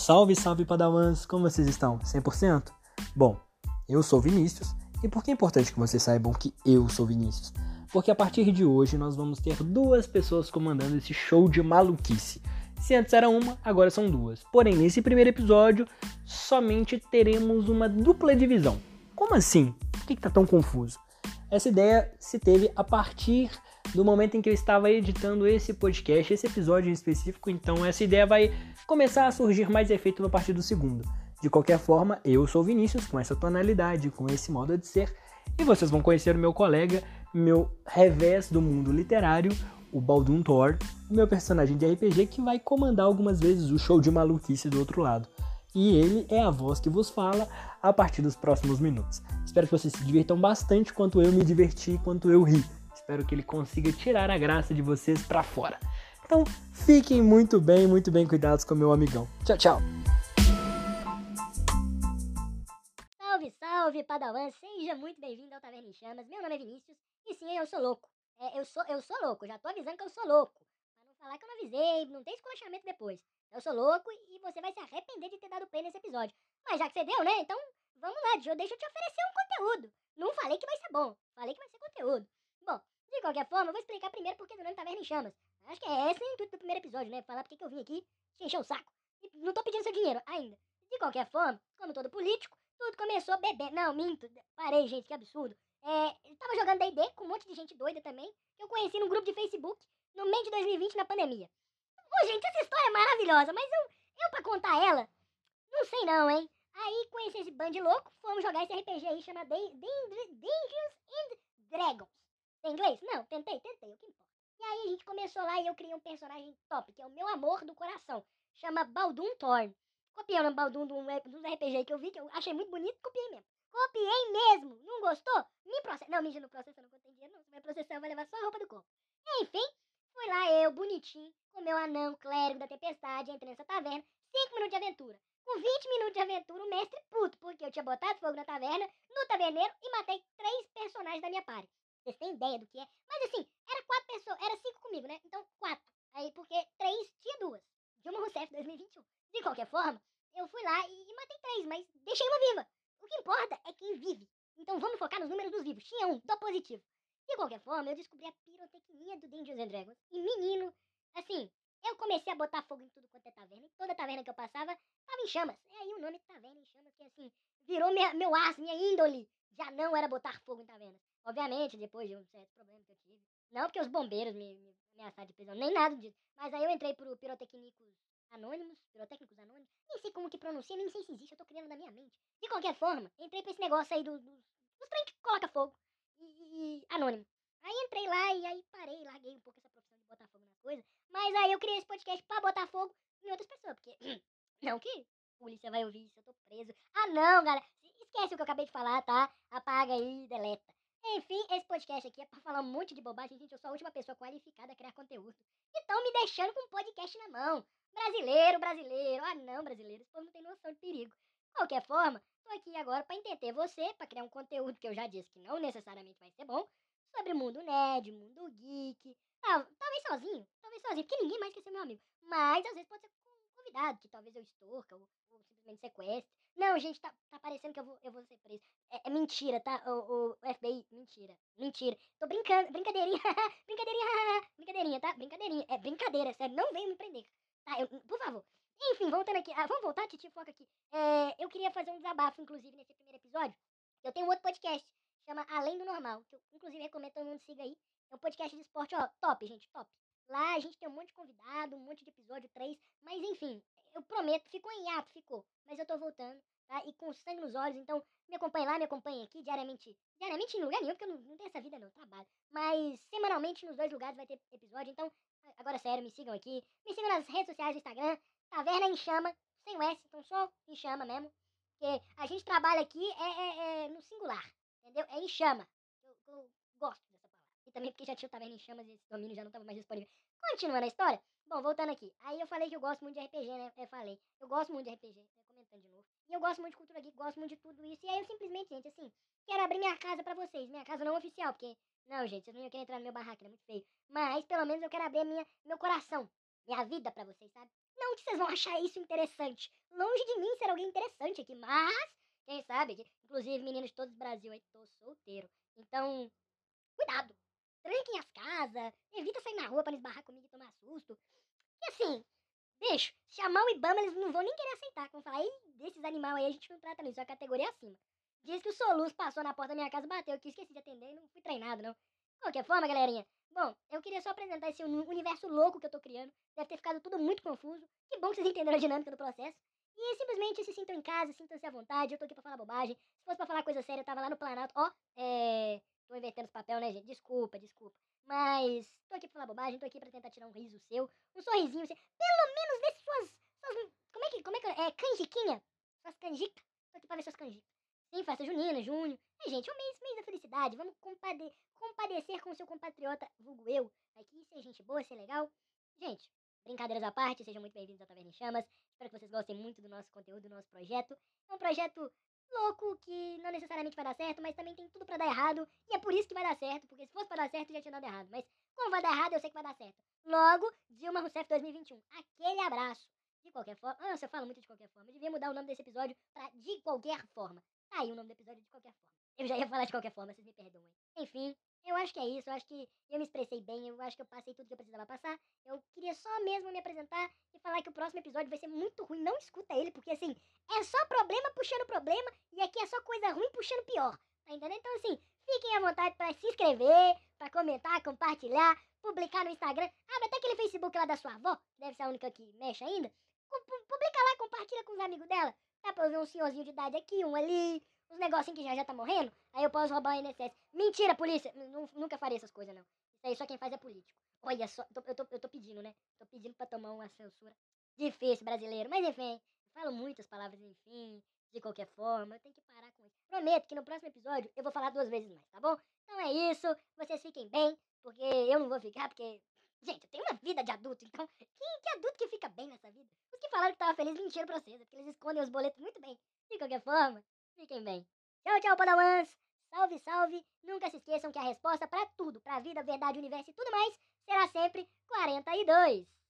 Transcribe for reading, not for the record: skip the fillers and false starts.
Salve, salve padawans, como vocês estão? 100%? Bom, eu sou Vinícius, e por que é importante que vocês saibam que eu sou Vinícius? Porque a partir de hoje nós vamos ter duas pessoas comandando esse show de maluquice. Se antes era uma, agora são duas. Porém, nesse primeiro episódio, somente teremos uma dupla divisão. Como assim? Por que tá tão confuso? Essa ideia se teve a partir do momento em que eu estava editando esse podcast, esse episódio em específico, então essa ideia vai começar a surgir mais efeito a partir do segundo. De qualquer forma, eu sou Vinícius, com essa tonalidade, com esse modo de ser, e vocês vão conhecer o meu colega, meu revés do mundo literário, o Baldum Thor, o meu personagem de RPG que vai comandar algumas vezes o show de maluquice do outro lado. E ele é a voz que vos fala a partir dos próximos minutos. Espero que vocês se divirtam bastante quanto eu me diverti, quanto eu ri. Espero que ele consiga tirar a graça de vocês pra fora. Então, fiquem muito bem cuidados com o meu amigão. Tchau, tchau! Salve, salve, Padawan! Seja muito bem-vindo ao Taverna em Chamas. Meu nome é Vinícius e sim, eu sou louco. Eu sou louco, já tô avisando que eu sou louco. Pra não falar que eu não avisei, não tem esculachamento depois. Eu sou louco e você vai se arrepender de ter dado play nesse episódio. Mas já que você deu, né? Então, vamos lá, deixa eu te oferecer um conteúdo. Não falei que vai ser bom, falei que vai ser conteúdo. Bom, de qualquer forma, eu vou explicar primeiro porque do nome Taverna em Chamas. Acho que é esse o intuito do primeiro episódio, né? Falar porque que eu vim aqui te encher o saco. E não tô pedindo seu dinheiro ainda. De qualquer forma, como todo político, tudo começou bebendo. Não, minto. Parei, gente, que absurdo. Eu tava jogando D&D com um monte de gente doida também, que eu conheci num grupo de Facebook no meio de 2020 na pandemia. Ô, gente, essa história é maravilhosa, mas eu pra contar ela, não sei não, hein? Aí conheci esse bando de louco, fomos jogar esse RPG aí, chama Dungeons and Dragons. Tem inglês? Não, tentei, o que importa. E aí a gente começou lá e eu criei um personagem top, que é o meu amor do coração. Chama Baldum Thorn. Copiei o nome Baldum dos RPG que eu vi, que eu achei muito bonito, copiei mesmo. Copiei mesmo! Não gostou? Me processa. Não, mentira, não processa, não contei dinheiro, não. Se vai processar, vai levar só a roupa do corpo. Enfim, fui lá eu, bonitinho, com meu anão clérigo da tempestade, entrei nessa taverna, 5 minutos de aventura. Com 20 minutos de aventura, o mestre puto, porque eu tinha botado fogo na taverna, no taverneiro, e matei 3 personagens da minha party. Vocês têm ideia do que é? Mas assim, era 4 pessoas, era 5 comigo, né? Então 4. Aí, porque 3 tinha 2. Dilma Rousseff 2021. De qualquer forma, eu fui lá e matei 3, mas deixei uma viva. O que importa é quem vive. Então vamos focar nos números dos vivos. Tinha um, tô positivo. De qualquer forma, eu descobri a pirotecnia do Dungeons and Dragons. E menino, assim, eu comecei a botar fogo em tudo quanto é taverna. E toda taverna que eu passava tava em chamas. É aí o nome Taverna em Chamas, que assim, virou meu aço, minha índole. Já não era botar fogo em tavernas. Obviamente, depois de um certo problema que eu tive. Não porque os bombeiros me ameaçaram de prisão, nem nada disso. Mas aí eu entrei pro Pirotécnicos Anônimos. Nem sei como que pronuncia, nem sei se existe, eu tô criando na minha mente. De qualquer forma, entrei pra esse negócio aí dos trem que coloca fogo. E anônimo. Aí entrei lá e aí parei, larguei um pouco essa profissão de botar fogo nas coisas. Mas aí eu criei esse podcast pra botar fogo em outras pessoas, porque não que a polícia vai ouvir isso, eu tô preso. Ah não, galera, esquece o que eu acabei de falar, tá? Apaga aí, deleta. Enfim, esse podcast aqui é pra falar um monte de bobagem, gente. Eu sou a última pessoa qualificada a criar conteúdo. E tão me deixando com um podcast na mão. Brasileiro. Ah não, brasileiro, esse povo não tem noção de perigo. Qualquer forma, tô aqui agora pra entender você, pra criar um conteúdo que eu já disse que não necessariamente vai ser bom, sobre mundo nerd, mundo geek. Talvez sozinho, porque ninguém mais quer ser meu amigo. Mas às vezes pode ser com um convidado, que talvez eu estorca ou simplesmente sequestre. Não, gente, tá parecendo que eu vou ser preso. É mentira, tá? O FBI, mentira. Tô brincando, brincadeirinha, brincadeirinha, tá? Brincadeirinha, é brincadeira, sério, não venham me prender. Tá, por favor. Enfim, voltando aqui, vamos voltar, Titi, foca aqui. Eu queria fazer um desabafo, inclusive, nesse primeiro episódio. Eu tenho um outro podcast, chama Além do Normal, que eu, inclusive, recomendo que todo mundo siga aí. É um podcast de esporte, ó, top, gente, top. Lá a gente tem um monte de convidado, um monte de episódio, 3, mas enfim, eu prometo, ficou em hiato, ficou. Mas eu tô voltando, tá? E com sangue nos olhos, então me acompanhe lá, me acompanhe aqui diariamente. Diariamente em lugar nenhum, porque eu não tenho essa vida não, eu trabalho. Mas semanalmente nos 2 lugares vai ter episódio, então, agora sério, me sigam aqui. Me sigam nas redes sociais do Instagram, Taverna em Chama, sem o S, então só em chama mesmo. Porque a gente trabalha aqui no singular, entendeu? É em chama. Eu gosto dessa palavra. E também porque já tinha o Taverna em Chamas e esse domínio já não estava mais disponível. Continuando a história, bom, voltando aqui. Aí eu falei que eu gosto muito de RPG, né? Eu falei, eu gosto muito de RPG, comentando de novo. E eu gosto muito de cultura geek, gosto muito de tudo isso. E aí eu simplesmente, gente, assim, quero abrir minha casa pra vocês. Minha casa não oficial, porque, não, gente, vocês não iam querer entrar no meu barraco, é muito feio. Mas, pelo menos, eu quero abrir meu coração, minha vida pra vocês, sabe? Não que vocês vão achar isso interessante. Longe de mim ser alguém interessante aqui, mas quem sabe, inclusive meninos de todo o Brasil aí, tô solteiro. Então, cuidado. Tranquem as casas, evita sair na rua pra não esbarrar comigo e tomar susto. E assim, bicho, chamar o Ibama eles não vão nem querer aceitar. Vão falar, desses animais aí a gente não trata nisso, é a categoria acima. Diz que o Soluço passou na porta da minha casa, bateu, que esqueci de atender e não fui treinado, não. De qualquer forma, galerinha, bom, eu queria só apresentar esse universo louco que eu tô criando. Deve ter ficado tudo muito confuso. Que bom que vocês entenderam a dinâmica do processo. E simplesmente se sintam em casa, sintam-se à vontade. Eu tô aqui pra falar bobagem. Se fosse pra falar coisa séria, eu tava lá no Planalto. Ó, tô invertendo os papéis, né, gente? Desculpa. Mas tô aqui pra falar bobagem, tô aqui pra tentar tirar um riso seu, um sorrisinho seu. Pelo menos ver suas como é que é? Canjiquinha? Suas canjicas? Tô aqui pra ver suas canjicas. Sim, festa junina, junho. Gente, é o mês da felicidade. Vamos compadecer com o seu compatriota, vulgo eu. Aqui, ser gente boa, ser legal. Gente, brincadeiras à parte, sejam muito bem-vindos ao Taverna em Chamas. Espero que vocês gostem muito do nosso conteúdo, do nosso projeto. É um projeto louco que não necessariamente vai dar certo, mas também tem tudo pra dar errado. E é por isso que vai dar certo, porque se fosse pra dar certo já tinha dado errado. Mas como vai dar errado, eu sei que vai dar certo. Logo, Dilma Rousseff 2021. Aquele abraço. De qualquer forma. Nossa, eu falo muito de qualquer forma. Eu devia mudar o nome desse episódio pra De Qualquer Forma. Tá aí o nome do episódio de qualquer forma. Eu já ia falar de qualquer forma, vocês me perdoem. Enfim, eu acho que é isso. Eu acho que eu me expressei bem. Eu acho que eu passei tudo que eu precisava passar. Eu queria só mesmo me apresentar e falar que o próximo episódio vai ser muito ruim. Não escuta ele, porque assim, é só problema puxando problema. E aqui é só coisa ruim puxando pior. Tá entendendo? Então, assim, fiquem à vontade pra se inscrever, pra comentar, compartilhar, publicar no Instagram. Abre até aquele Facebook lá da sua avó, que deve ser a única que mexe ainda. Publica lá, compartilha com os amigos dela. Dá pra eu ver um senhorzinho de idade aqui, um ali, uns negocinhos que já tá morrendo. Aí eu posso roubar o INSS. Mentira, polícia! Nunca faria essas coisas, não. Isso aí só quem faz é político. Olha só, eu tô pedindo, né? Tô pedindo pra tomar uma censura. Difícil, brasileiro. Mas enfim, eu falo muitas palavras, enfim, de qualquer forma. Eu tenho que parar com isso. Prometo que no próximo episódio eu vou falar 2 vezes mais, tá bom? Então é isso. Vocês fiquem bem, porque eu não vou ficar, porque... Gente, eu tenho uma vida de adulto, então... Que adulto que fica bem nessa vida? Os que falaram que tava feliz mentiram pra vocês, porque eles escondem os boletos muito bem. De qualquer forma, fiquem bem. Tchau, tchau, Padawans! Salve, salve! Nunca se esqueçam que a resposta pra tudo, pra vida, verdade, universo e tudo mais, será sempre 42.